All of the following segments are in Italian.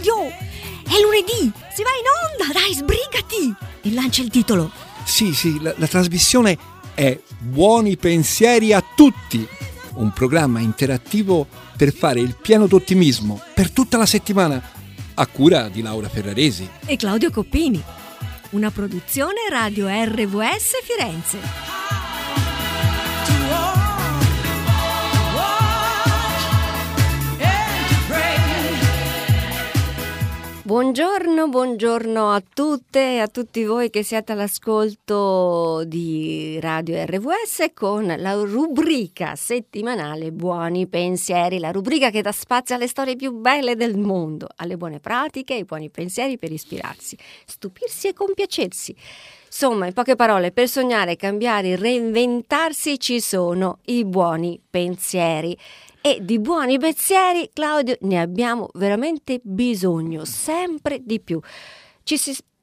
Claudio, è lunedì, si va in onda, dai, sbrigati! E lancia il titolo. Sì, la trasmissione è Buoni Pensieri a Tutti, un programma interattivo per fare il pieno d'ottimismo per tutta la settimana, a cura di Laura Ferraresi e Claudio Coppini. Una produzione Radio RVS Firenze. Buongiorno a tutte e a tutti voi che siete all'ascolto di Radio RVS con la rubrica settimanale Buoni Pensieri, la rubrica che dà spazio alle storie più belle del mondo, alle buone pratiche e ai buoni pensieri per ispirarsi, stupirsi e compiacersi. Insomma, in poche parole, per sognare, cambiare, reinventarsi ci sono i buoni pensieri. E di buoni pensieri, Claudio, ne abbiamo veramente bisogno, sempre di più. Ci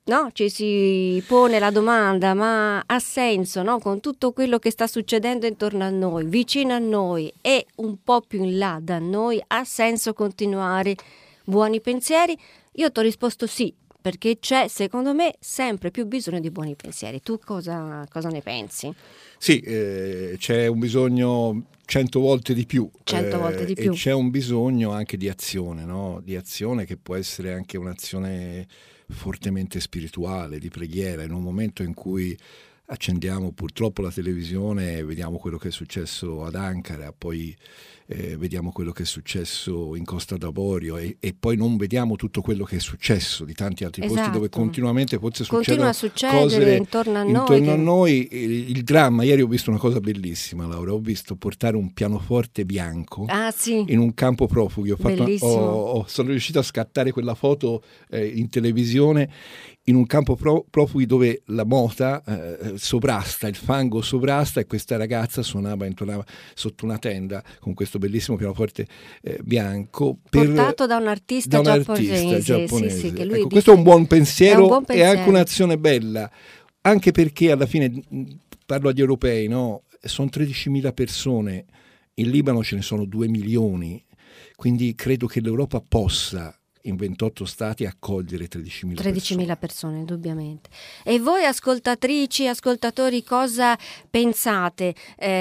si pone la domanda, ma ha senso, no? Con tutto quello che sta succedendo intorno a noi, vicino a noi e un po' più in là da noi, ha senso continuare buoni pensieri? Io ti ho risposto sì, perché c'è, secondo me, sempre più bisogno di buoni pensieri. Tu cosa ne pensi? Sì, c'è un bisogno 100 volte di più. 100 volte di più. E c'è un bisogno anche di azione, no? Di azione che può essere anche un'azione fortemente spirituale, di preghiera, in un momento in cui accendiamo purtroppo la televisione e vediamo quello che è successo ad Ankara, poi vediamo quello che è successo in Costa d'Avorio e poi non vediamo tutto quello che è successo di tanti altri posti dove continuamente forse continua succedono cose intorno a noi. Il dramma, ieri ho visto una cosa bellissima, Laura, ho visto portare un pianoforte bianco in un campo profughi, sono riuscito a scattare quella foto in televisione, in un campo profughi dove la mota sovrasta, il fango sovrasta, e questa ragazza suonava, intonava sotto una tenda con questo bellissimo pianoforte bianco portato da un artista giapponese. Sì, che lui questo è un buon pensiero e anche un'azione bella, anche perché alla fine, parlo agli europei, no? Sono 13.000 persone, in Libano ce ne sono 2 milioni, quindi credo che l'Europa possa in 28 stati accogliere 13.000 persone, indubbiamente. E voi ascoltatrici, ascoltatori, cosa pensate?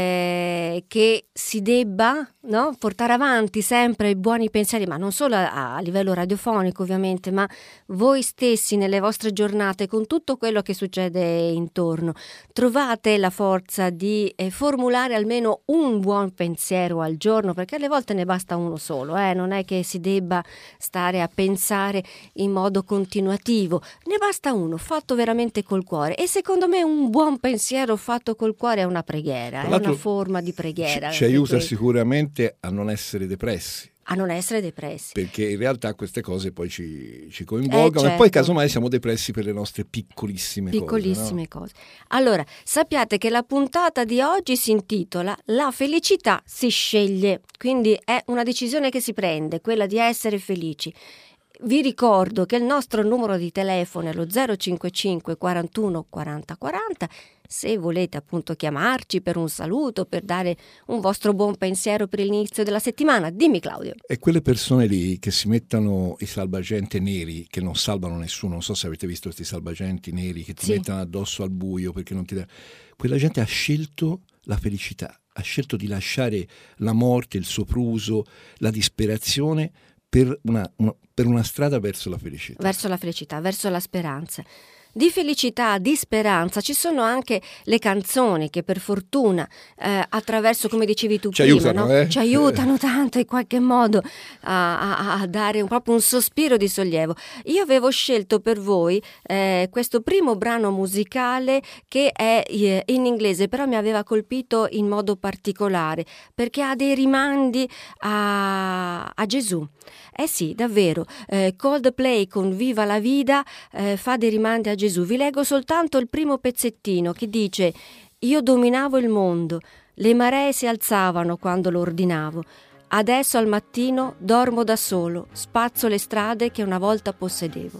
Che si debba, no, portare avanti sempre i buoni pensieri, ma non solo a livello radiofonico ovviamente, ma voi stessi nelle vostre giornate, con tutto quello che succede intorno, trovate la forza di formulare almeno un buon pensiero al giorno, perché alle volte ne basta uno solo, non è che si debba stare a pensare in modo continuativo, ne basta uno fatto veramente col cuore, e secondo me un buon pensiero fatto col cuore è una preghiera, è una forma di preghiera. Ci aiuta sicuramente a non essere depressi. Perché in realtà queste cose poi ci coinvolgono, certo. E poi casomai siamo depressi per le nostre piccolissime cose. Allora, sappiate che la puntata di oggi si intitola La felicità si sceglie, quindi è una decisione che si prende, quella di essere felici. Vi ricordo che il nostro numero di telefono è lo 055 41 40 40, se volete appunto chiamarci per un saluto, per dare un vostro buon pensiero per l'inizio della settimana. Dimmi, Claudio. E quelle persone lì che si mettono i salvagente neri, che non salvano nessuno, non so se avete visto questi salvagenti neri che ti mettono addosso al buio perché non ti dà... Quella gente ha scelto la felicità, ha scelto di lasciare la morte, il sopruso, la disperazione per una strada verso la felicità. Verso la speranza. Di felicità, di speranza, ci sono anche le canzoni che per fortuna attraverso, come dicevi tu ci aiutano tanto in qualche modo a dare proprio un sospiro di sollievo. Io avevo scelto per voi questo primo brano musicale che è in inglese, però mi aveva colpito in modo particolare perché ha dei rimandi a Gesù. Sì, davvero, Coldplay con Viva la Vida fa dei rimandi a Gesù. Vi leggo soltanto il primo pezzettino che dice: io dominavo il mondo, le maree si alzavano quando lo ordinavo, adesso al mattino dormo da solo, spazzo le strade che una volta possedevo.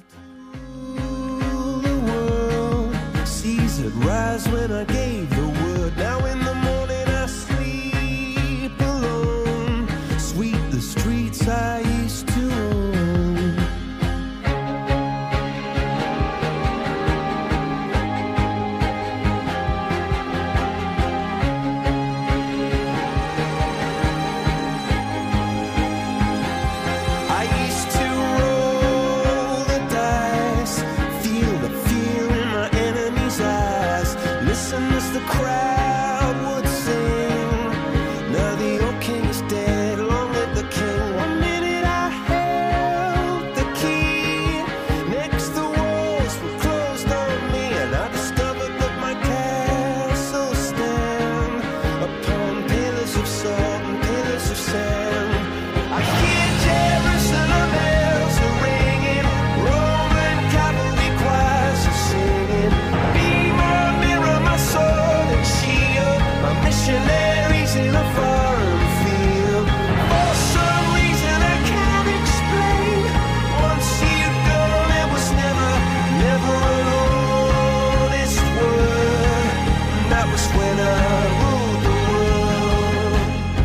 is dead, long live the king. One minute I held the key, next the walls were closed on me, and I discovered that my castle stand upon pillars of salt and pillars of sand. I hear Jerusalem bells are ringing, Roman cavalry choirs are singing. Be my mirror, my sword and shield, my missionaries in a foreign field. For some reason I can't explain, once you've gone it was never, never an honest word. And that was when I ruled the world.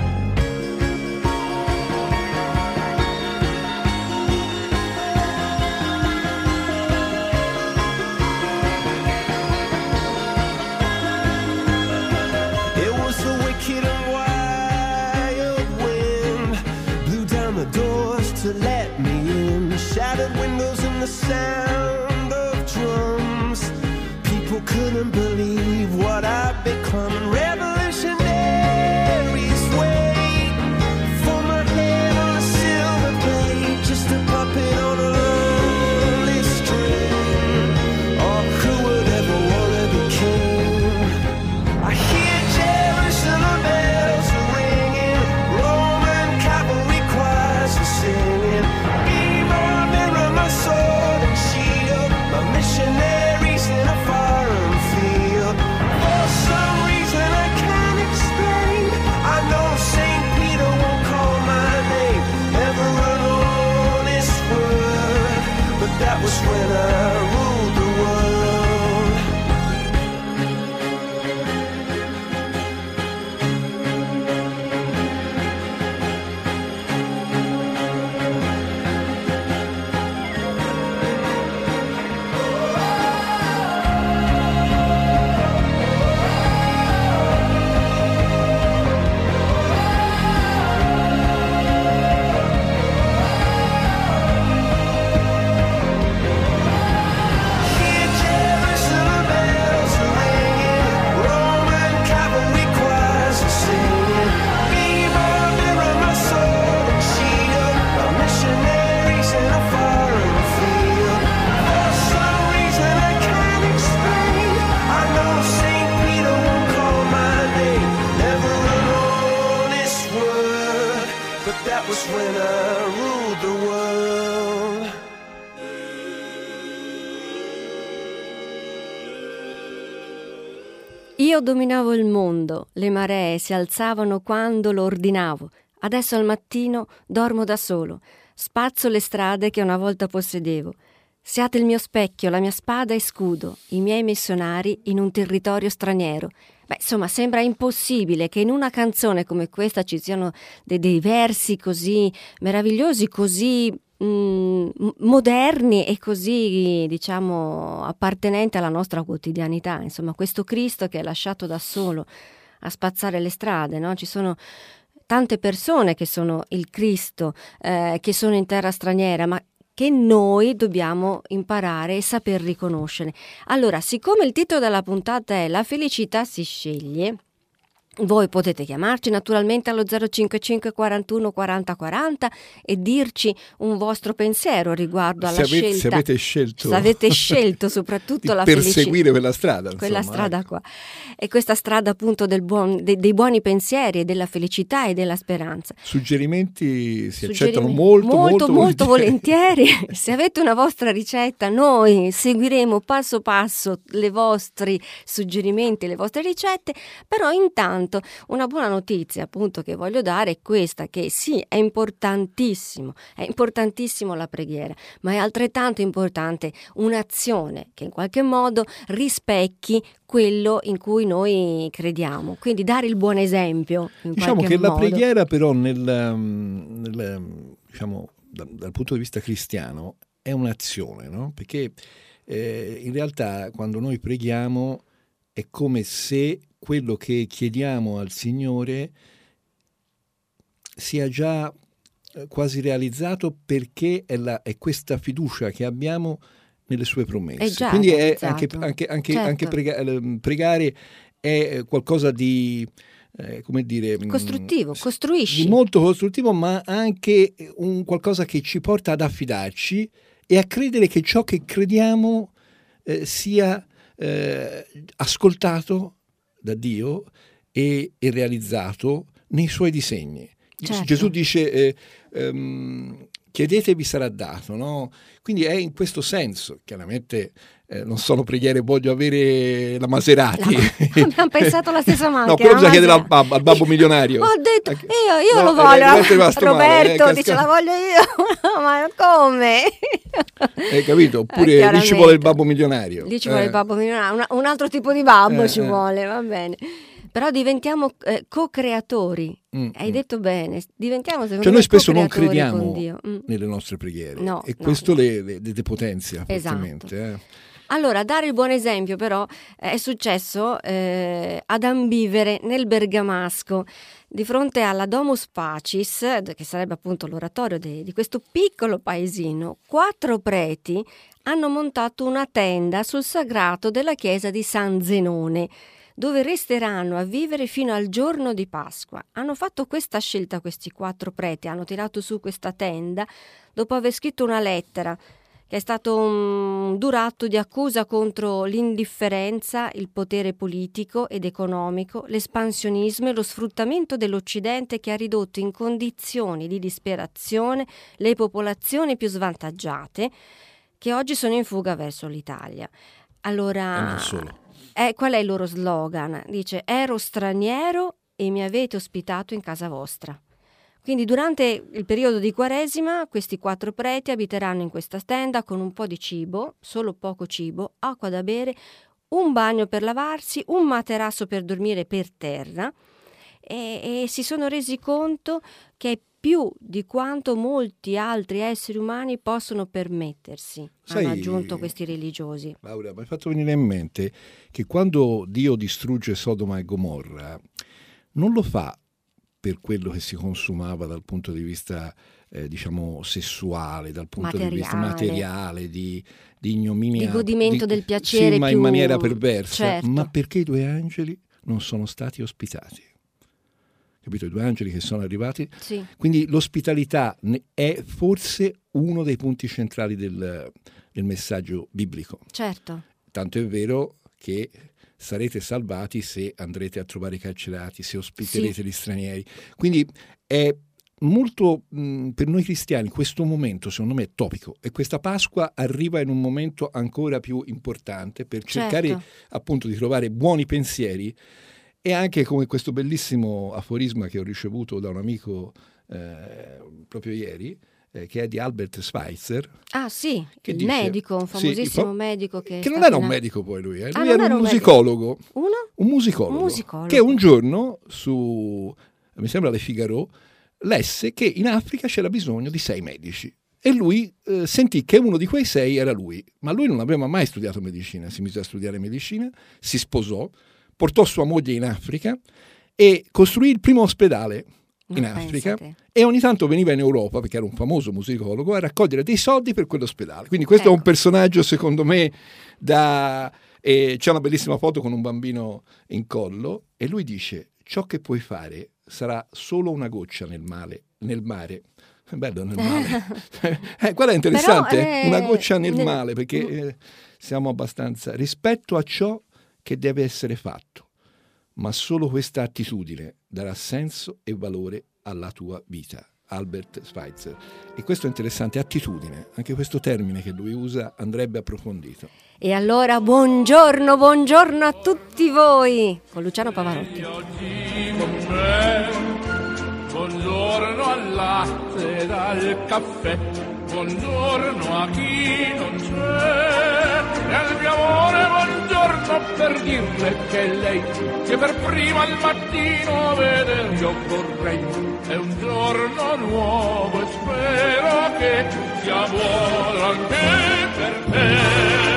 It was the wicked and wild wind, blew down the doors to let me in, shattered windows and the sound of drums. People couldn't believe what I'd become. Revolutionaries wait for my head on a silver plate, just a puppet on a lonely string. Oh, who would ever wanna be king? I hear Jerusalem bells are ringing, Roman cavalry choirs are singing. Be my mirror, my sword and shield, my missionaries in a foreign field. For some reason I can't explain, I know St. Peter won't call my name, never an honest word. But that was when I ruled the world. Hear Jerusalem bells are ringing, Roman cavalry choirs are singing. Be my mirror, my sword and shield, my missionaries in a foreign field. For some reason I can't explain, I know St. Peter won't call my name, never an honest word. But that was when I ruled the world. Io dominavo il mondo, le maree si alzavano quando lo ordinavo. Adesso al mattino dormo da solo, spazzo le strade che una volta possedevo. Siate il mio specchio, la mia spada e scudo, i miei missionari in un territorio straniero. Beh, insomma, sembra impossibile che in una canzone come questa ci siano dei versi così meravigliosi, così moderni e così, diciamo, appartenenti alla nostra quotidianità. Insomma, questo Cristo che è lasciato da solo a spazzare le strade, no? Ci sono tante persone che sono il Cristo, che sono in terra straniera, ma che noi dobbiamo imparare e saper riconoscere. Allora, siccome il titolo della puntata è La felicità si sceglie, voi potete chiamarci naturalmente allo 055 41 40 40 e dirci un vostro pensiero riguardo alla scelta. Se avete scelto soprattutto la felicità, perseguire quella strada. Quella strada qua. E questa strada appunto dei buoni pensieri e della felicità e della speranza. Suggerimenti si accettano molto volentieri. Se avete una vostra ricetta, noi seguiremo passo passo i vostri suggerimenti, le vostre ricette, però intanto una buona notizia appunto che voglio dare è questa, che sì, è importantissimo la preghiera, ma è altrettanto importante un'azione che in qualche modo rispecchi quello in cui noi crediamo, quindi dare il buon esempio in diciamo qualche che modo. La preghiera però diciamo dal punto di vista cristiano è un'azione, no? Perché in realtà quando noi preghiamo è come se quello che chiediamo al Signore sia già quasi realizzato, perché è questa fiducia che abbiamo nelle sue promesse. Quindi è anche certo. pregare è qualcosa di come dire, costruttivo, costruisci. Molto costruttivo, ma anche un qualcosa che ci porta ad affidarci e a credere che ciò che crediamo sia ascoltato da Dio e realizzato nei suoi disegni. Certo. Gesù dice chiedete vi sarà dato, no? Quindi è in questo senso. Chiaramente non sono preghiere voglio avere la Maserati. Abbiamo pensato la stessa macchina. No, quello bisogna chiedere al babbo milionario. Ho detto io lo voglio. Roberto dice la voglio io. Ma come? Hai capito? Oppure lì ci vuole il babbo milionario. Lì ci vuole il babbo milionario, un altro tipo di babbo ci vuole, va bene. Però diventiamo co-creatori. Hai detto bene, diventiamo secondo me noi spesso non co-creatori crediamo con Dio. Nelle nostre preghiere, no, e questo no. le depotenzia fortemente. Esatto. Allora, dare il buon esempio però è successo ad Ambivere nel Bergamasco, di fronte alla Domus Pacis, che sarebbe appunto l'oratorio di questo piccolo paesino. 4 preti hanno montato una tenda sul sagrato della chiesa di San Zenone, dove resteranno a vivere fino al giorno di Pasqua. Hanno fatto questa scelta questi 4 preti, hanno tirato su questa tenda dopo aver scritto una lettera che è stato un duro atto di accusa contro l'indifferenza, il potere politico ed economico, l'espansionismo e lo sfruttamento dell'Occidente, che ha ridotto in condizioni di disperazione le popolazioni più svantaggiate, che oggi sono in fuga verso l'Italia. Allora, non solo. Qual è il loro slogan? Dice: ero straniero e mi avete ospitato in casa vostra. Quindi durante il periodo di Quaresima questi 4 preti abiteranno in questa tenda con un po' di cibo, solo poco cibo, acqua da bere, un bagno per lavarsi, un materasso per dormire per terra, e si sono resi conto che è più di quanto molti altri esseri umani possono permettersi. Hanno aggiunto questi religiosi. Laura, mi hai fatto venire in mente che quando Dio distrugge Sodoma e Gomorra non lo fa per quello che si consumava dal punto di vista diciamo sessuale, dal punto di vista materiale, di ignominia, di godimento del piacere, sì, ma in maniera perversa, certo. Ma perché i 2 angeli non sono stati ospitati. Capito? I 2 angeli che sono arrivati. Sì. Quindi l'ospitalità è forse uno dei punti centrali del messaggio biblico. Certo. Tanto è vero che sarete salvati se andrete a trovare i carcerati, se ospiterete gli stranieri. Quindi è molto, per noi cristiani, questo momento secondo me è topico, e questa Pasqua arriva in un momento ancora più importante per cercare appunto di trovare buoni pensieri, e anche come questo bellissimo aforisma che ho ricevuto da un amico proprio ieri, che è di Albert Schweitzer. Ah sì, che il dice, medico, un famosissimo medico che non era un medico poi lui, lui era un musicologo. Un musicologo che un giorno su, mi sembra Le Figaro, lesse che in Africa c'era bisogno di 6 medici. E lui sentì che uno di quei 6 era lui, ma lui non aveva mai studiato medicina, si mise a studiare medicina, si sposò, portò sua moglie in Africa e costruì il primo ospedale in Africa, e ogni tanto veniva in Europa, perché era un famoso musicologo, a raccogliere dei soldi per quell'ospedale. Quindi questo è un personaggio, secondo me, c'è una bellissima foto con un bambino in collo, e lui dice: ciò che puoi fare sarà solo una goccia nel mare. È bello, nel mare. Quella è interessante. Però, una goccia nel mare, perché siamo abbastanza rispetto a ciò che deve essere fatto. Ma solo questa attitudine darà senso e valore alla tua vita. Albert Schweitzer. E questo è interessante, attitudine. Anche questo termine che lui usa andrebbe approfondito. E allora buongiorno a tutti voi con Luciano Pavarotti. Buongiorno al latte e al caffè, buongiorno a chi non c'è, e al mio amore buongiorno per dirle che lei, che per prima al mattino vedere io vorrei, è un giorno nuovo e spero che sia buono anche per te.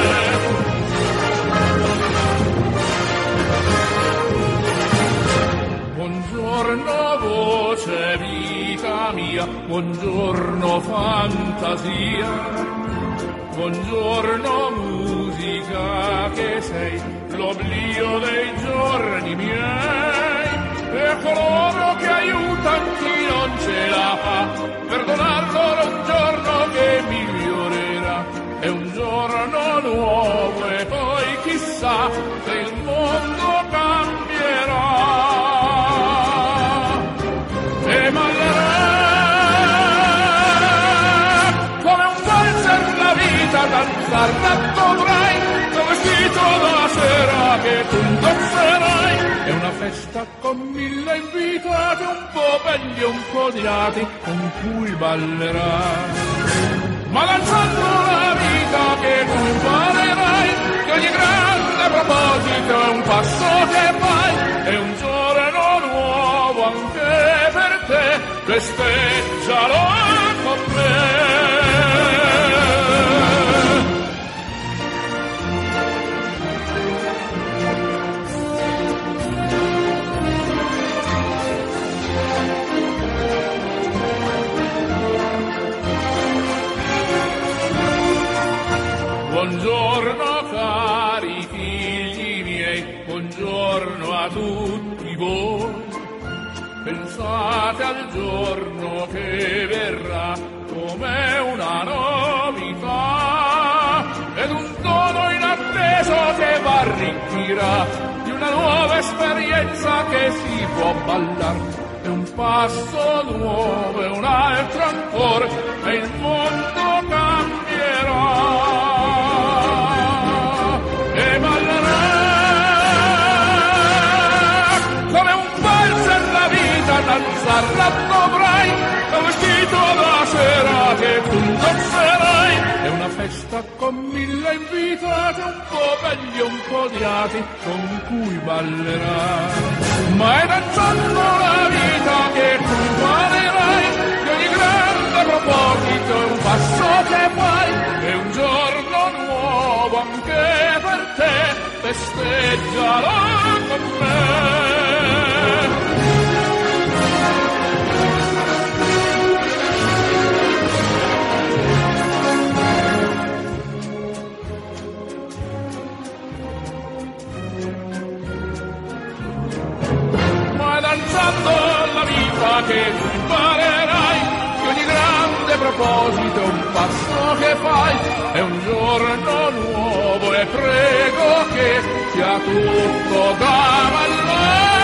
Buongiorno voce vita mia, buongiorno fantasia, buongiorno musica che sei l'oblio dei giorni miei, e coloro che aiutano chi non ce la fa, perdonar loro un giorno che migliorerà, è un giorno nuovo e poi chissà se il mondo cambierà. E ballerà come un valzer la vita, danzar dovrai, tuo vestito da sera che tu indosserai. È una festa con 1000 invitati, un po' belli e un po' odiati, con cui ballerai. Ma danzando la vita che tu imparerai, che ogni grande proposito è un passo che fai, è un giorno nuovo anche per te, festeggialo con me. Buongiorno cari figli miei, buongiorno a tutti voi. Pensate al giorno che verrà come una novità ed un dono inatteso che v'arricchirà di una nuova esperienza che si può ballare. È un passo nuovo e un altro ancora e il mondo cambierà. E ballerà come un valzer la vita, danzarla dovrai, un vestito da sera che tu indosserai. È una festa con 1000 invitati, un po' belli e un po' odiati, con cui ballerai. Ma è danzando la vita che tu imparerai, che ogni grande proposito è un passo che fai, è un giorno nuovo anche per te, festeggialo con me. Danzando la vita che tu imparerai, che ogni grande proposito è un passo che fai, è un giorno nuovo e prego che sia tutto da ballare.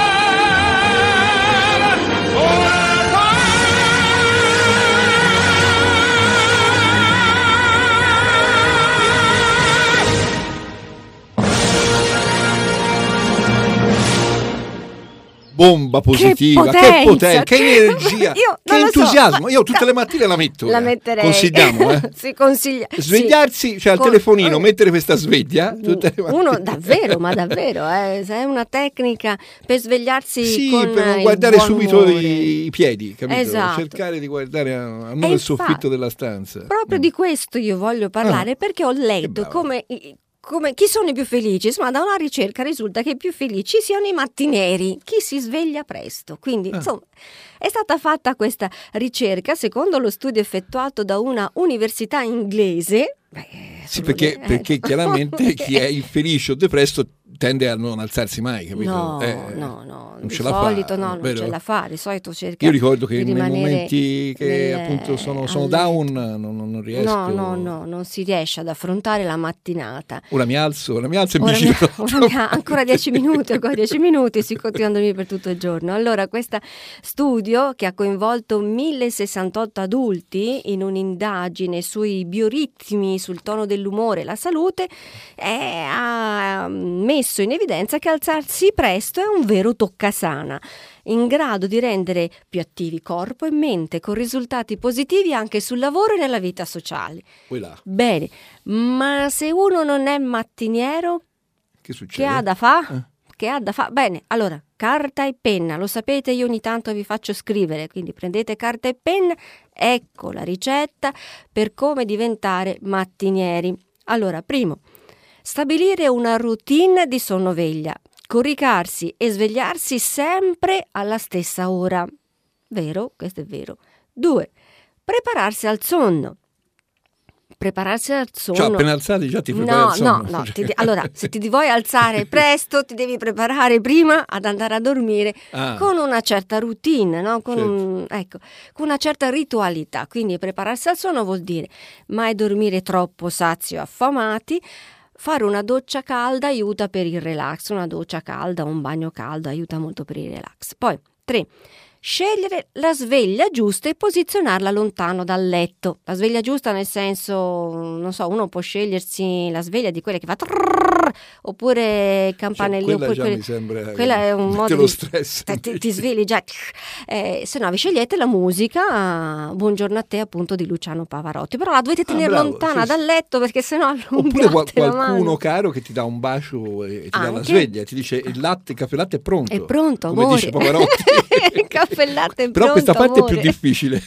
Bomba positiva, che potenza, che energia, che entusiasmo. Io tutte le mattine la metto. La metterei. Consigliamo, si consiglia. Svegliarsi, cioè al telefonino, mettere questa sveglia tutte le mattine. Uno davvero, ma davvero, è una tecnica per svegliarsi. Sì, con per non guardare subito i piedi, capito? Esatto. Cercare di guardare almeno il soffitto della stanza. Proprio di questo io voglio parlare, perché ho letto come chi sono i più felici? Insomma, da una ricerca risulta che i più felici siano i mattinieri, chi si sveglia presto. Quindi, insomma, è stata fatta questa ricerca secondo lo studio effettuato da una università inglese. Sì, perché chiaramente chi è infelice o depresso tende a non alzarsi mai, capito? No, non ce di la solito fa, non ce la fa, di solito cerca. Io ricordo che nei momenti che appunto sono down non riesco. No, non si riesce ad affrontare la mattinata. Ora mi alzo e mi giro. Ancora 10 minuti, si continua a dormire per tutto il giorno. Allora, questo studio che ha coinvolto 1068 adulti in un'indagine sui bioritmi, sul tono dell'umore e la salute, ha messo in evidenza che alzarsi presto è un vero toccasana, in grado di rendere più attivi corpo e mente, con risultati positivi anche sul lavoro e nella vita sociale. Bene, ma se uno non è mattiniero, che succede? Che ha da fare? Bene, allora, carta e penna, lo sapete, io ogni tanto vi faccio scrivere, quindi prendete carta e penna, ecco la ricetta per come diventare mattinieri. Allora, primo, stabilire una routine di sonno-veglia, coricarsi e svegliarsi sempre alla stessa ora. Vero? Questo è vero. 2. Prepararsi al sonno. prepararsi al sonno. Cioè, appena alzati già ti prepari al sonno. No. Allora, se ti vuoi alzare presto, ti devi preparare prima ad andare a dormire con una certa routine, no? Con una certa ritualità. Quindi prepararsi al sonno vuol dire mai dormire troppo sazio e affamati. Fare una doccia calda aiuta per il relax, una doccia calda, un bagno caldo aiuta molto per il relax. Poi 3. Scegliere la sveglia giusta e posizionarla lontano dal letto. La sveglia giusta nel senso, non so, uno può scegliersi la sveglia di quelle che fa trrr, oppure campanellino. Quella già mi sembra quella è un modo lo stress. Ti svegli già. Se no vi scegliete la musica Buongiorno a te appunto di Luciano Pavarotti, però la dovete tenere lontana dal letto perché sennò oppure qualcuno caro che ti dà un bacio e ti dà la sveglia, ti dice il caffè latte è pronto. È pronto, come amore. dice Pavarotti. Il caffè latte è però pronto, questa parte amore. è più difficile.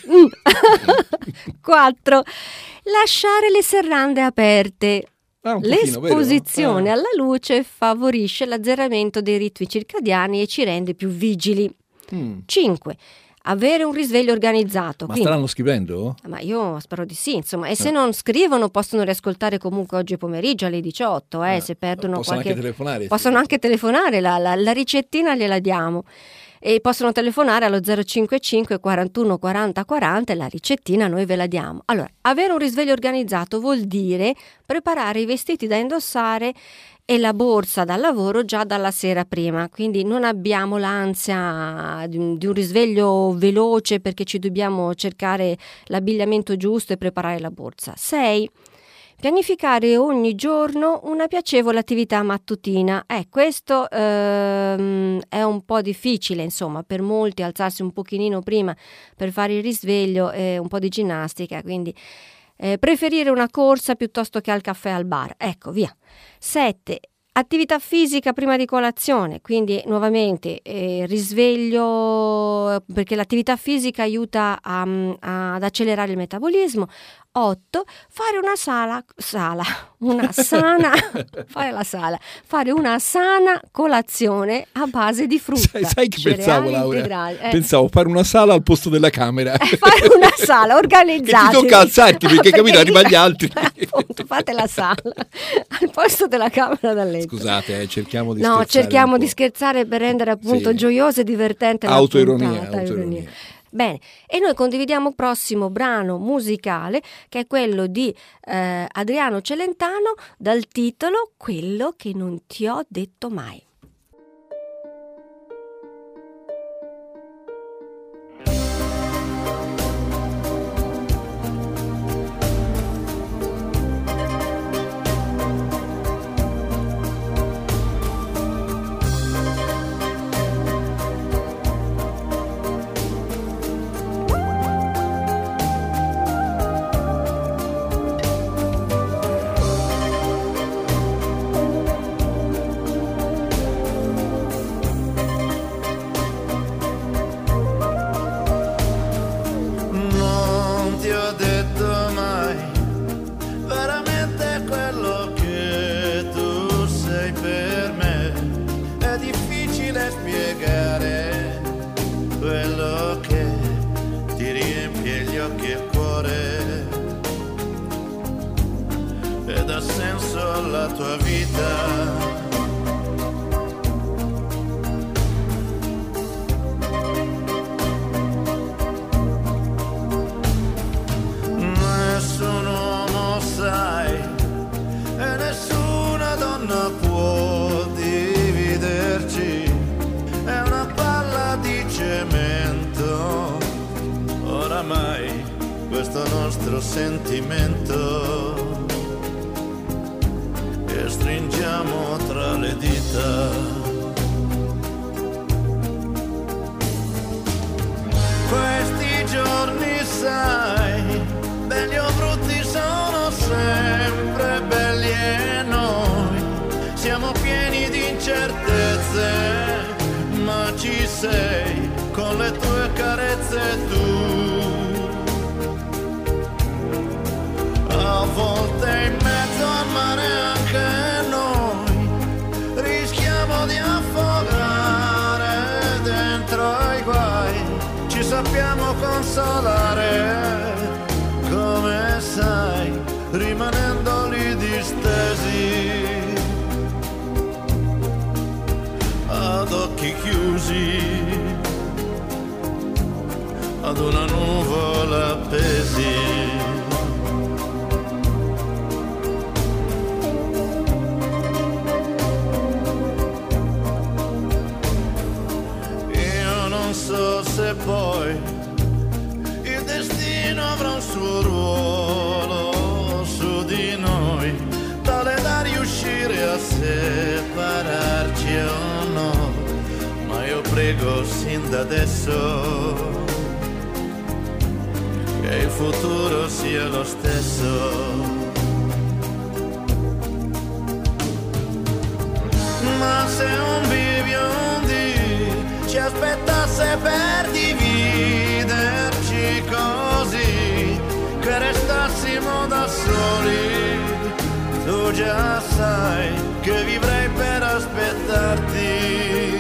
4. Lasciare le serrande aperte. L'esposizione alla luce favorisce l'azzeramento dei ritmi circadiani e ci rende più vigili. 5. Avere un risveglio organizzato. Ma staranno scrivendo? Ma io spero di sì, insomma. E se non scrivono possono riascoltare comunque oggi pomeriggio alle 18, se perdono possono anche telefonare. Possono anche telefonare, la ricettina gliela diamo. E possono telefonare allo 055 41 40 40 e la ricettina noi ve la diamo. Allora, avere un risveglio organizzato vuol dire preparare i vestiti da indossare e la borsa da lavoro già dalla sera prima, quindi non abbiamo l'ansia di un risveglio veloce perché ci dobbiamo cercare l'abbigliamento giusto e preparare la borsa. 6. Pianificare ogni giorno una piacevole attività mattutina. Questo è un po' difficile, insomma, per molti alzarsi un pochino prima per fare il risveglio è un po' di ginnastica, quindi preferire una corsa piuttosto che al caffè al bar. Ecco, via. 7. Attività fisica prima di colazione, quindi nuovamente risveglio perché l'attività fisica aiuta ad accelerare il metabolismo. 8. Fare una sana colazione a base di frutta. Sai che pensavo, Laura? Pensavo fare una sala al posto della camera. Fare una sala organizzata. Che ti tocca alzarti perché capito, arriva gli altri. Appunto, fate la sala al posto della camera da letto. Scusate, cerchiamo di scherzare. No, cerchiamo di scherzare per rendere appunto gioiosa e divertente la puntata. Autoironia. Bene, e noi condividiamo il prossimo brano musicale che è quello di Adriano Celentano dal titolo Quello che non ti ho detto mai. Sentimento che stringiamo tra le dita. Questi giorni sai, belli o brutti sono sempre belli e noi siamo pieni di incertezze, ma ci sei con le tue carezze tu. A volte in mezzo al mare anche noi rischiamo di affogare dentro ai guai, ci sappiamo consolare, come sai rimanendo lì distesi ad occhi chiusi ad una nuvola appesi. Non so se poi il destino avrà un suo ruolo su di noi, tale da riuscire a separarci o no, ma io prego sin da adesso che il futuro sia lo stesso. Ma se un biviondi ci aspettasse per dividerci così che restassimo da soli, tu già sai che vivrei per aspettarti.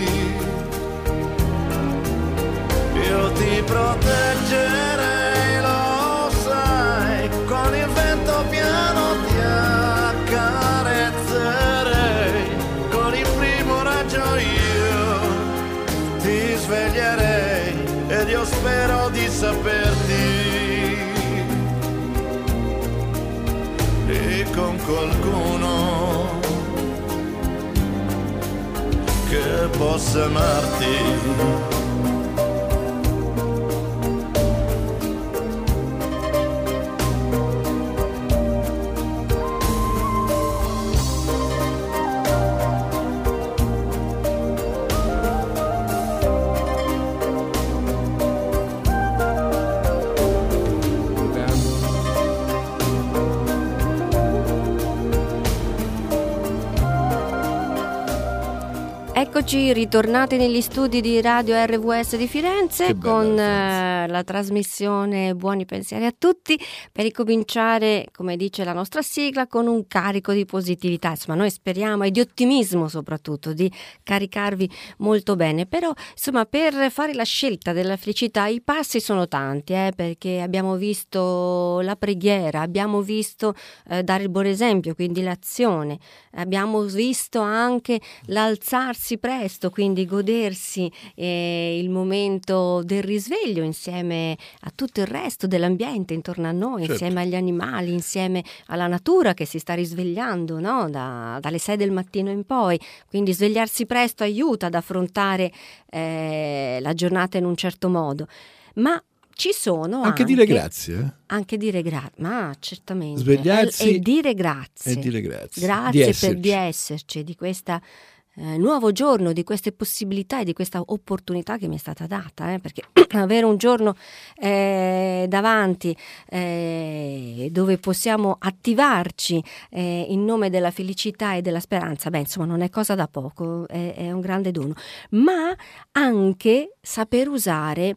Io ti proteggerei, lo sai, con il vento piano ti accarezzerei, con il primo raggio io ti sveglierei ed io spero di saperti e con qualcuno che possa amarti. Eccoci ritornati negli studi di Radio RVS di Firenze con la trasmissione Buoni Pensieri a tutti, per ricominciare, come dice la nostra sigla, con un carico di positività. Insomma, noi speriamo, e di ottimismo soprattutto, di caricarvi molto bene. Però, insomma, per fare la scelta della felicità i passi sono tanti, perché abbiamo visto la preghiera, abbiamo visto dare il buon esempio, quindi l'azione, abbiamo visto anche l'alzarsi presto, quindi godersi il momento del risveglio insieme a tutto il resto dell'ambiente intorno a noi, certo, insieme agli animali, insieme alla natura che si sta risvegliando, no? Dalle 6 del mattino in poi. Quindi svegliarsi presto aiuta ad affrontare la giornata in un certo modo, ma ci sono anche dire grazie. Anche dire grazie, ma certamente. Svegliarsi e dire grazie. E dire grazie. Grazie di esserci, di questa nuovo giorno, di queste possibilità e di questa opportunità che mi è stata data, perché avere un giorno davanti dove possiamo attivarci in nome della felicità e della speranza, insomma non è cosa da poco, è un grande dono, ma anche saper usare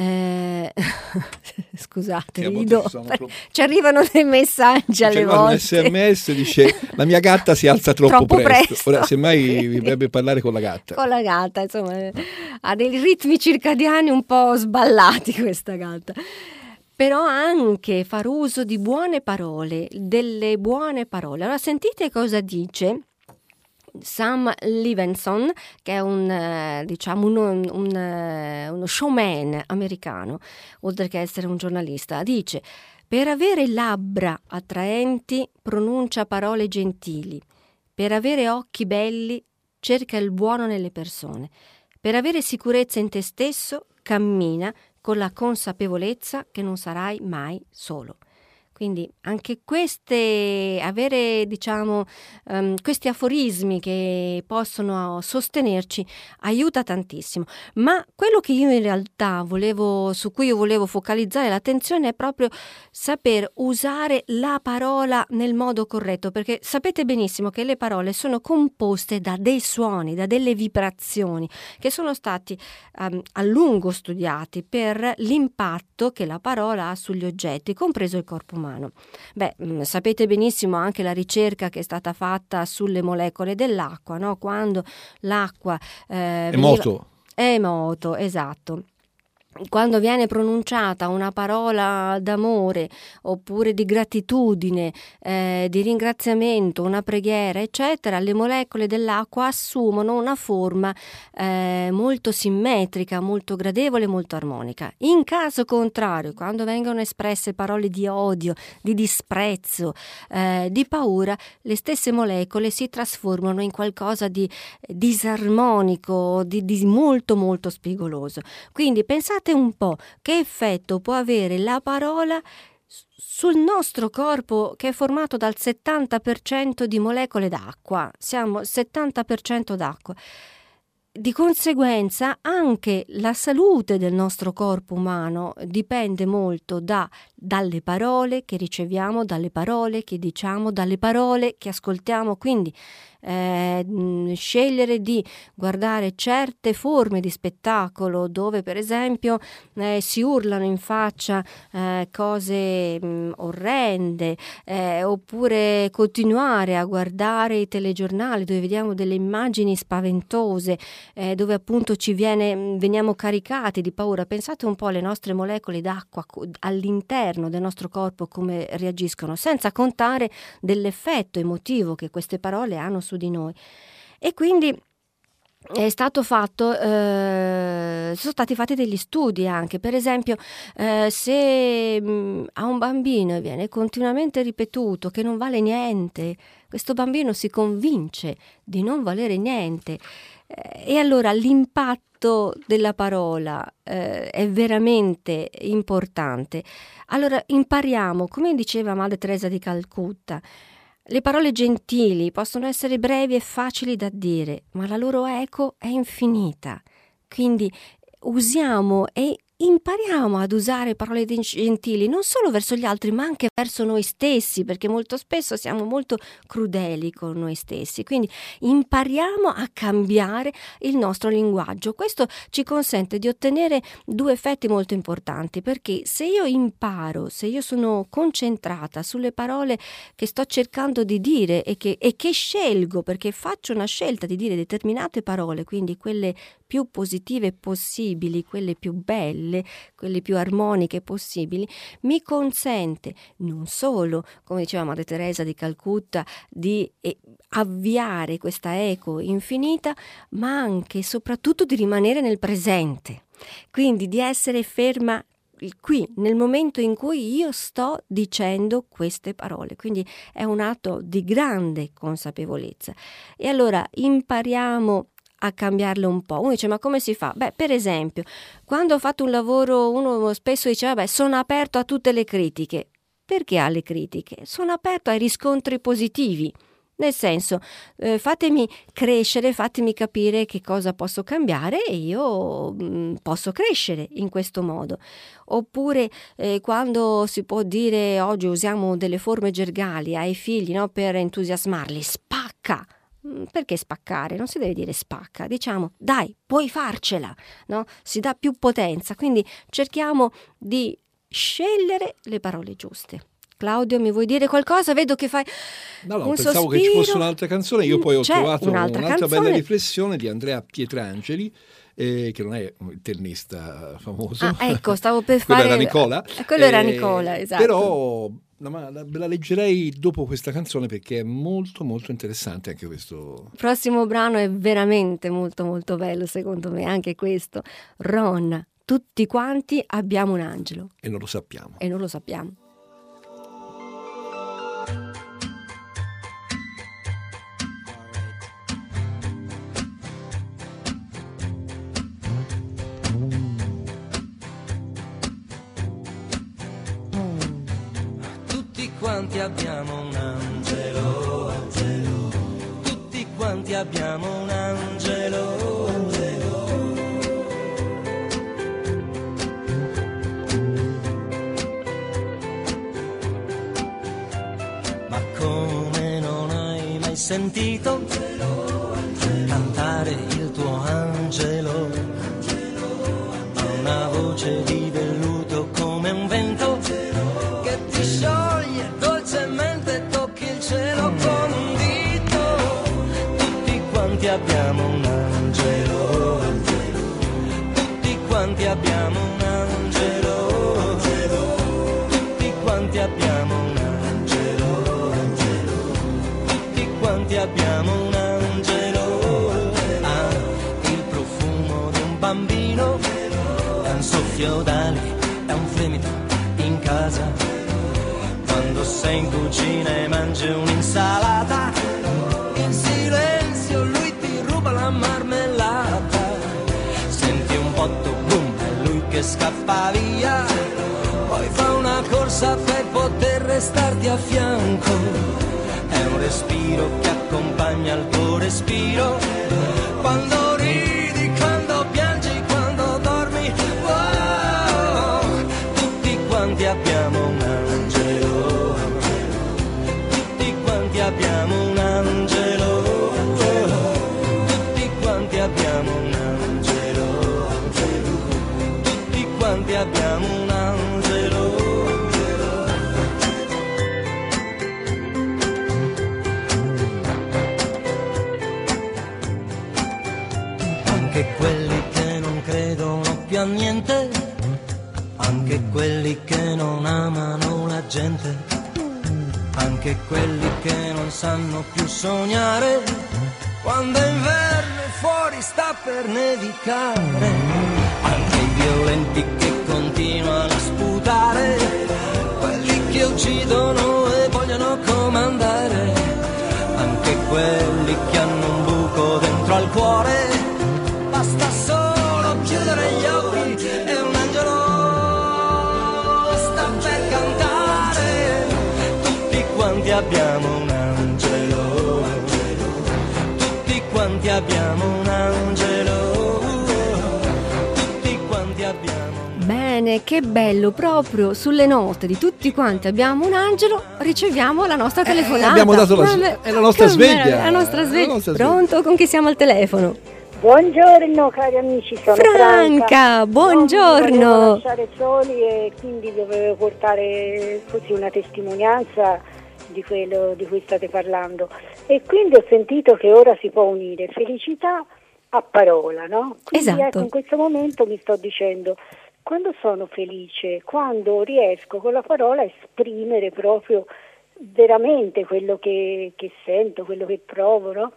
scusate, ci arrivano dei messaggi alle volte. Un SMS dice la mia gatta si alza troppo presto. Ora semmai vi dovrebbe parlare con la gatta. Con la gatta, insomma, ha dei ritmi circadiani un po' sballati questa gatta. Però anche far uso di buone parole, delle buone parole. Allora sentite cosa dice Sam Levinson, che è uno showman americano, oltre che essere un giornalista. Dice: per avere labbra attraenti pronuncia parole gentili, per avere occhi belli cerca il buono nelle persone, per avere sicurezza in te stesso cammina con la consapevolezza che non sarai mai solo. Quindi anche avere questi aforismi che possono sostenerci aiuta tantissimo. Ma quello che io in realtà su cui io volevo focalizzare l'attenzione è proprio saper usare la parola nel modo corretto, perché sapete benissimo che le parole sono composte da dei suoni, da delle vibrazioni che sono stati a lungo studiati per l'impatto che la parola ha sugli oggetti, compreso il corpo umano. Sapete benissimo anche la ricerca che è stata fatta sulle molecole dell'acqua, no? Quando l'acqua è moto, esatto. quando viene pronunciata una parola d'amore oppure di gratitudine, di ringraziamento, una preghiera, eccetera, le molecole dell'acqua assumono una forma molto simmetrica, molto gradevole, molto armonica. In caso contrario, quando vengono espresse parole di odio, di disprezzo, di paura, le stesse molecole si trasformano in qualcosa di disarmonico, di molto molto spigoloso. Quindi pensate un po' che effetto può avere la parola sul nostro corpo, che è formato dal 70% di molecole d'acqua. Siamo 70% d'acqua. Di conseguenza anche la salute del nostro corpo umano dipende molto dalle parole che riceviamo, dalle parole che diciamo, dalle parole che ascoltiamo. Quindi scegliere di guardare certe forme di spettacolo dove per esempio si urlano in faccia cose orrende, oppure continuare a guardare i telegiornali dove vediamo delle immagini spaventose, dove appunto veniamo caricati di paura. Pensate un po' alle nostre molecole d'acqua all'interno del nostro corpo come reagiscono, senza contare dell'effetto emotivo che queste parole hanno su di noi. E quindi è stato fatto, sono stati fatti degli studi anche, per esempio se a un bambino viene continuamente ripetuto che non vale niente, questo bambino si convince di non valere niente, e allora l'impatto della parola è veramente importante. Allora impariamo, come diceva Madre Teresa di Calcutta, le parole gentili possono essere brevi e facili da dire, ma la loro eco è infinita. Quindi usiamo e impariamo ad usare parole gentili non solo verso gli altri ma anche verso noi stessi, perché molto spesso siamo molto crudeli con noi stessi. Quindi impariamo a cambiare il nostro linguaggio. Questo ci consente di ottenere due effetti molto importanti, perché se io imparo, se io sono concentrata sulle parole che sto cercando di dire e che scelgo, perché faccio una scelta di dire determinate parole, quindi quelle più positive possibili, quelle più belle, quelle più armoniche possibili, mi consente non solo, come diceva Madre Teresa di Calcutta, di avviare questa eco infinita, ma anche e soprattutto di rimanere nel presente, quindi di essere ferma qui, nel momento in cui io sto dicendo queste parole. Quindi è un atto di grande consapevolezza. E allora impariamo a cambiarle un po'. Uno dice: ma come si fa? Beh, per esempio, quando ho fatto un lavoro, uno spesso diceva: beh, sono aperto a tutte le critiche. Perché alle critiche? Sono aperto ai riscontri positivi. Nel senso, fatemi crescere, fatemi capire che cosa posso cambiare e io posso crescere in questo modo. Oppure quando si può dire, oggi usiamo delle forme gergali ai figli, no, per entusiasmarli: spacca. Perché spaccare? Non si deve dire spacca, diciamo dai, puoi farcela, no? Si dà più potenza, quindi cerchiamo di scegliere le parole giuste. Claudio, mi vuoi dire qualcosa? Vedo che fai no, un pensavo sospiro. Che ci fosse un'altra canzone. Io poi ho trovato un'altra bella riflessione di Andrea Pietrangeli, che non è un tennista famoso. Ah, ecco, stavo per quello fare... era Nicola. Quello era Nicola, esatto. Però ve la leggerei dopo questa canzone, perché è molto molto interessante anche questo. Il prossimo brano è veramente molto molto bello, secondo me, anche questo. Ron, tutti quanti abbiamo un angelo. E non lo sappiamo. E non lo sappiamo. Quanti abbiamo un angelo, angelo. Tutti quanti abbiamo un angelo, angelo. Ma come non hai mai sentito angelo, angelo. Cantare il tuo angelo? Ha una voce di velluto come un vento che ti scioglie dolcemente, tocchi il cielo con un dito. Tutti quanti abbiamo un angelo, tutti quanti abbiamo un angelo. stradali e un fremito in casa. Quando sei in cucina e mangi un'insalata, in silenzio lui ti ruba la marmellata. Senti un botto, boom, è lui che scappa via. Poi fa una corsa per poter restarti a fianco. È un respiro che accompagna il tuo respiro. Quando ridi, quando piangi, quando dormi, wow, tutti quanti abbiamo un angelo. Tutti quanti abbiamo un angelo. Tutti quanti abbiamo un angelo. Tutti quanti abbiamo un angelo. Anche quelli che non credono più a niente, anche quelli che non amano la gente, anche quelli che non sanno più sognare, quando è inverno e fuori sta per nevicare, anche i violenti che continuano a sputare, quelli che uccidono e vogliono comandare, anche quelli che hanno un buco dentro al cuore. Basta solo chiudere gli occhi e un angelo sta per cantare. Tutti quanti abbiamo un angelo. Tutti quanti abbiamo un angelo. Tutti quanti abbiamo. Bene, che bello, proprio sulle note di tutti quanti abbiamo un angelo, riceviamo la nostra telefonata. Abbiamo dato la nostra sveglia. La nostra sveglia. Pronto? Con chi siamo al telefono? Buongiorno cari amici, sono Franca, buongiorno. Non mi volevo lasciare soli e quindi dovevo portare così una testimonianza di quello di cui state parlando. E quindi ho sentito che ora si può unire felicità a parola, no? Quindi esatto. Ecco, in questo momento mi sto dicendo, quando sono felice, quando riesco con la parola a esprimere proprio veramente quello che sento, quello che provo, no?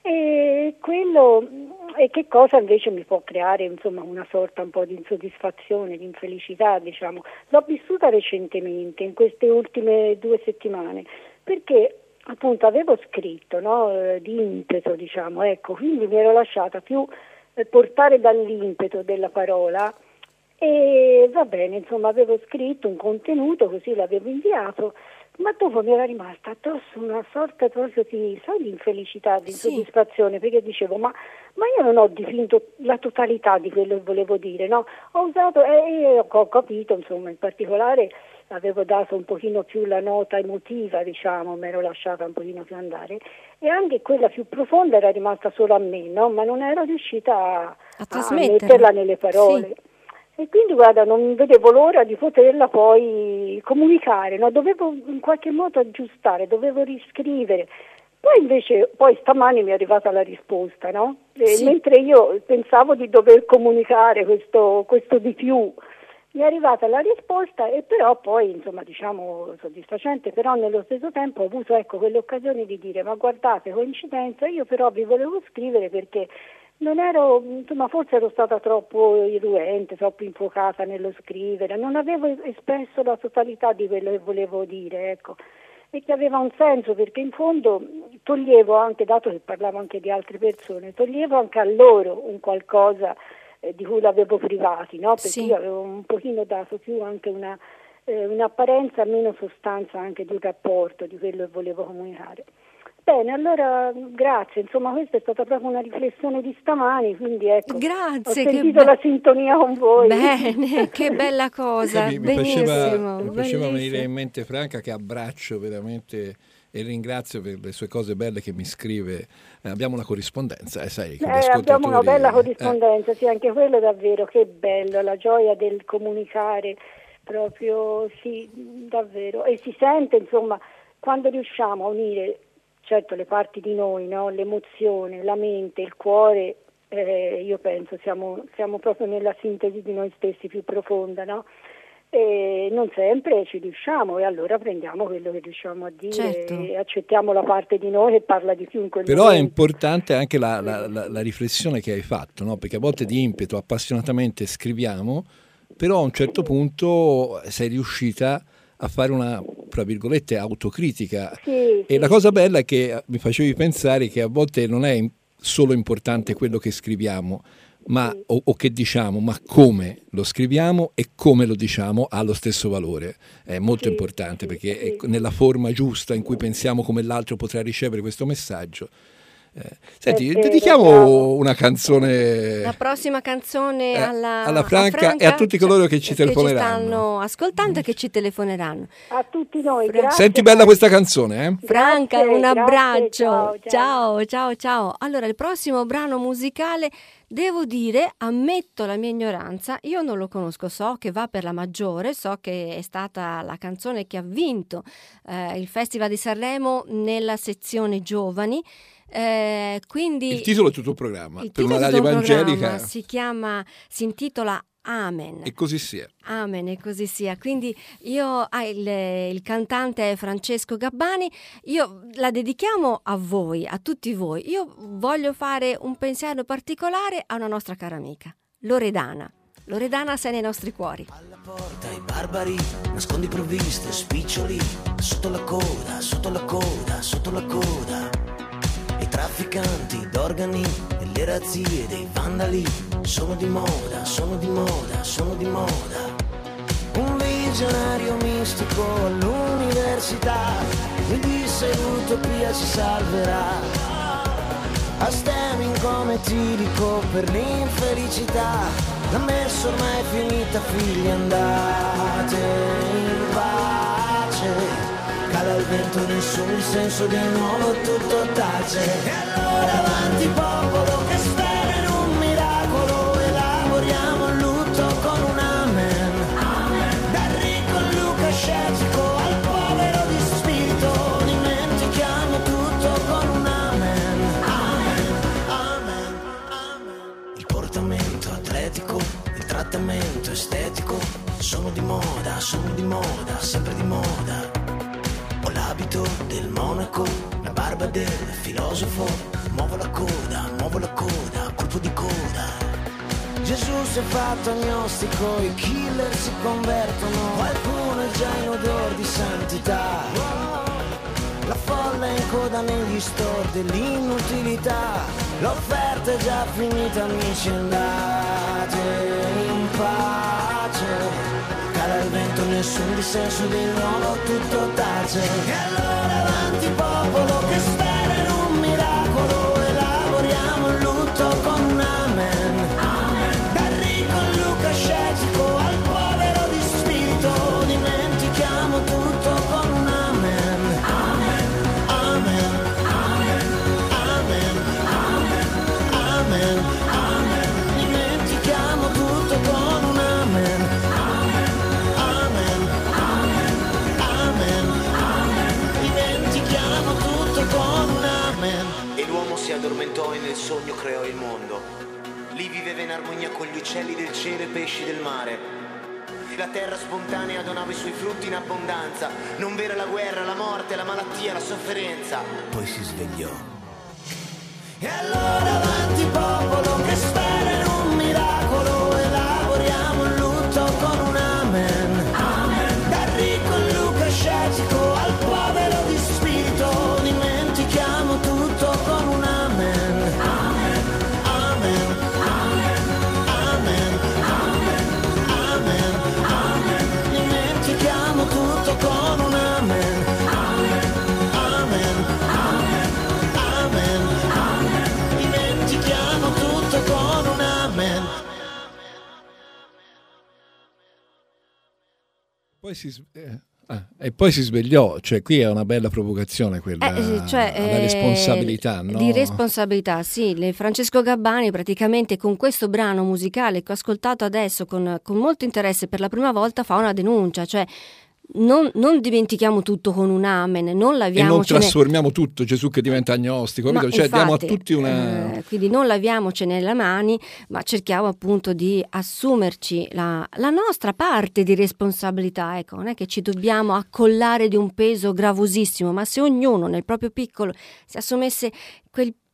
E che cosa invece mi può creare insomma una sorta un po' di insoddisfazione, di infelicità, diciamo. L'ho vissuta recentemente in queste ultime 2 settimane perché appunto avevo scritto, no, di impeto, diciamo, ecco, quindi mi ero lasciata più portare dall'impeto della parola e va bene, insomma avevo scritto un contenuto, così l'avevo inviato. Ma dopo mi era rimasta addosso una sorta proprio di infelicità, di insoddisfazione, perché dicevo ma io non ho dipinto la totalità di quello che volevo dire, no? Ho usato e ho capito, insomma, in particolare avevo dato un pochino più la nota emotiva, diciamo, mi ero lasciata un pochino più andare e anche quella più profonda era rimasta solo a me, no? Ma non ero riuscita a metterla nelle parole. Sì. E quindi guarda, non vedevo l'ora di poterla poi comunicare, no? Dovevo in qualche modo aggiustare, dovevo riscrivere. Poi stamani mi è arrivata la risposta, no? Sì. Mentre io pensavo di dover comunicare questo di più, mi è arrivata la risposta e però poi, insomma, diciamo soddisfacente, però nello stesso tempo ho avuto quell'occasione di dire ma guardate, coincidenza, io però vi volevo scrivere perché non ero, insomma, forse ero stata troppo irruente, troppo infuocata nello scrivere, non avevo espresso la totalità di quello che volevo dire, ecco, e che aveva un senso perché in fondo toglievo anche, dato che parlavo anche di altre persone, toglievo anche a loro un qualcosa di cui l'avevo privati, no? Perché io avevo un pochino dato più anche un'apparenza, meno sostanza anche di un rapporto, di quello che volevo comunicare. Bene, allora grazie, insomma questa è stata proprio una riflessione di stamani, quindi ecco, grazie, ho sentito la sintonia con voi. Bene, che bella cosa, mi faceva venire in mente Franca, che abbraccio veramente e ringrazio per le sue cose belle che mi scrive. Abbiamo una corrispondenza, sai, con gli ascoltatori. Abbiamo una bella corrispondenza, sì, anche quello davvero, che bello, la gioia del comunicare, proprio sì, davvero, e si sente insomma quando riusciamo a unire certo le parti di noi, no? L'emozione, la mente, il cuore, io penso siamo proprio nella sintesi di noi stessi più profonda, no? E non sempre ci riusciamo e allora prendiamo quello che riusciamo a dire e accettiamo la parte di noi che parla di più in quel Però momento. È importante anche la riflessione che hai fatto, no? Perché a volte di impeto appassionatamente scriviamo, però a un certo punto sei riuscita a fare una, tra virgolette, autocritica. E la cosa bella è che mi facevi pensare che a volte non è solo importante quello che scriviamo, ma o che diciamo, ma come lo scriviamo e come lo diciamo ha lo stesso valore. È molto importante, perché è nella forma giusta in cui pensiamo come l'altro potrà ricevere questo messaggio. Senti, dedichiamo una canzone, la prossima canzone alla Franca e a tutti coloro che ci telefoneranno, che ci stanno ascoltando e che ci telefoneranno. A tutti noi, grazie. Senti bella questa canzone, eh? Franca, grazie, un abbraccio. Ciao. Ciao. Allora, il prossimo brano musicale, devo dire, ammetto la mia ignoranza, io non lo conosco, so che va per la Maggiore, so che è stata la canzone che ha vinto il Festival di Sanremo nella sezione giovani. Quindi il titolo è tutto un programma per una radio evangelica, si intitola Amen. E così sia. Amen, e così sia. Quindi il cantante è Francesco Gabbani. Io la dedichiamo a voi, a tutti voi. Io voglio fare un pensiero particolare a una nostra cara amica, Loredana. Loredana, sei nei nostri cuori. Alla porta i barbari, nascondi provviste, spiccioli, sotto la coda, sotto la coda, sotto la coda. I trafficanti d'organi e le razzie dei vandali sono di moda, sono di moda, sono di moda. Un visionario mistico all'università mi disse l'utopia ci salverà. A stemming come tirico per l'infelicità, l'ha messo ormai finita, figli andate in pace. Cala il vento, nessun senso di nuovo, tutto tace. E allora avanti popolo che spera in un miracolo, elaboriamo il lutto con un amen. Dal ricco al lucascetico al povero di spirito, dimentichiamo tutto con un amen. Amen. Il portamento atletico, il trattamento estetico, sono di moda, sempre di moda. Ho l'abito del monaco, la barba del filosofo, muovo la coda, colpo di coda. Gesù si è fatto agnostico, i killer si convertono, qualcuno è già in odor di santità. La folla è in coda negli store dell'inutilità, l'offerta è già finita, amici, andate in pace. Cala il vento, nessun dissenso di nuovo, tutto tace. E allora avanti popolo che spera in un miracolo, elaboriamo il lutto con un amen. Dal ricco al lucascetico al povero di spirito, dimentichiamo tutto con un amen. Amen. Amen. Amen. Amen. Amen. Dimentichiamo tutto con un amen. E l'uomo si addormentò e nel sogno creò il mondo. Lì viveva in armonia con gli uccelli del cielo e i pesci del mare. La terra spontanea donava i suoi frutti in abbondanza. Non vera la guerra, la morte, la malattia, la sofferenza. Poi si svegliò. E allora avanti popolo che spera in un miracolo, elaboriamo il lutto con un amen. Dal ricco al lucascetico al povero di spirito, dimentichiamo tutto con un amen. Amen. Amen. Amen. Amen. Amen. Dimentichiamo tutto con un amen. Amen. Amen. Amen. Dimentichiamo tutto con un amen. E poi si svegliò, cioè qui è una bella provocazione quella, la responsabilità, no? Di responsabilità, sì. Francesco Gabbani praticamente con questo brano musicale che ho ascoltato adesso con molto interesse per la prima volta fa una denuncia, cioè non dimentichiamo tutto con un amen, non laviamocene, e non trasformiamo tutto Gesù che diventa agnostico, cioè infatti, diamo a tutti una quindi non laviamocene le mani, ma cerchiamo appunto di assumerci la nostra parte di responsabilità, ecco, non è che ci dobbiamo accollare di un peso gravosissimo, ma se ognuno nel proprio piccolo si assumesse quel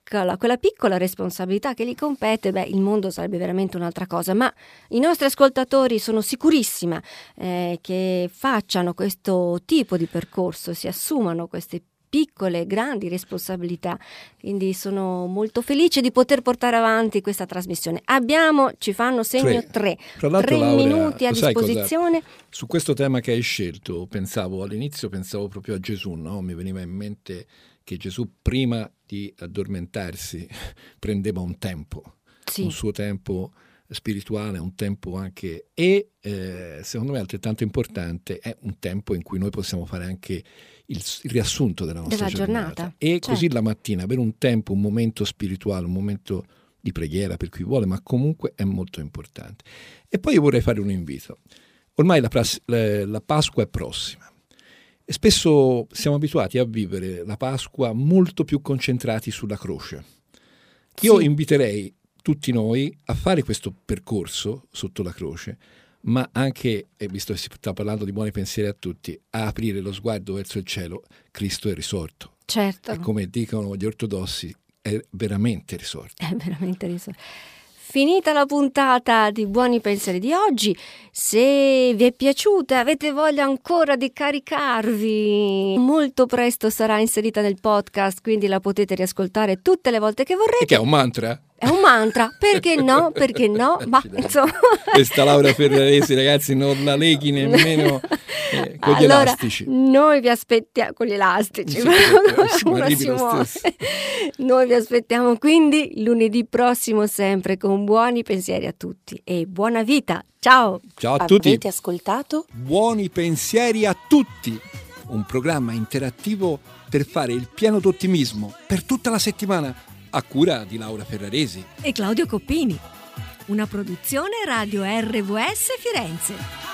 quella piccola responsabilità che gli compete, il mondo sarebbe veramente un'altra cosa. Ma i nostri ascoltatori sono sicurissima che facciano questo tipo di percorso, si assumano queste piccole, grandi responsabilità. Quindi sono molto felice di poter portare avanti questa trasmissione. Ci fanno segno 3 Laura, minuti a disposizione. Su questo tema che hai scelto, all'inizio pensavo proprio a Gesù, no? Mi veniva in mente che Gesù prima di addormentarsi prendeva un tempo, un suo tempo spirituale, un tempo anche, e secondo me altrettanto importante è un tempo in cui noi possiamo fare anche il riassunto della nostra giornata. E così la mattina avere un tempo, un momento spirituale, un momento di preghiera per chi vuole, ma comunque è molto importante. E poi io vorrei fare un invito. Ormai la Pasqua è prossima e spesso siamo abituati a vivere la Pasqua molto più concentrati sulla croce. Io inviterei tutti noi a fare questo percorso sotto la croce, ma anche, e visto che si sta parlando di buoni pensieri a tutti, a aprire lo sguardo verso il cielo. Cristo è risorto. Certo. E come dicono gli ortodossi, è veramente risorto. È veramente risorto. Finita la puntata di Buoni Pensieri di oggi, se vi è piaciuta, avete voglia ancora di caricarvi, molto presto sarà inserita nel podcast, quindi la potete riascoltare tutte le volte che vorrete. E che è un mantra? È un mantra, perché no? Perché no? Ma insomma. Questa Laura Ferraresi, ragazzi, non la leghi nemmeno con gli elastici. Noi vi aspettiamo con gli elastici. Noi vi aspettiamo quindi lunedì prossimo sempre con buoni pensieri a tutti e buona vita. Ciao. Ciao a tutti. Avete ascoltato? Buoni pensieri a tutti. Un programma interattivo per fare il pieno d'ottimismo per tutta la settimana, a cura di Laura Ferraresi e Claudio Coppini. Una produzione Radio RVS Firenze.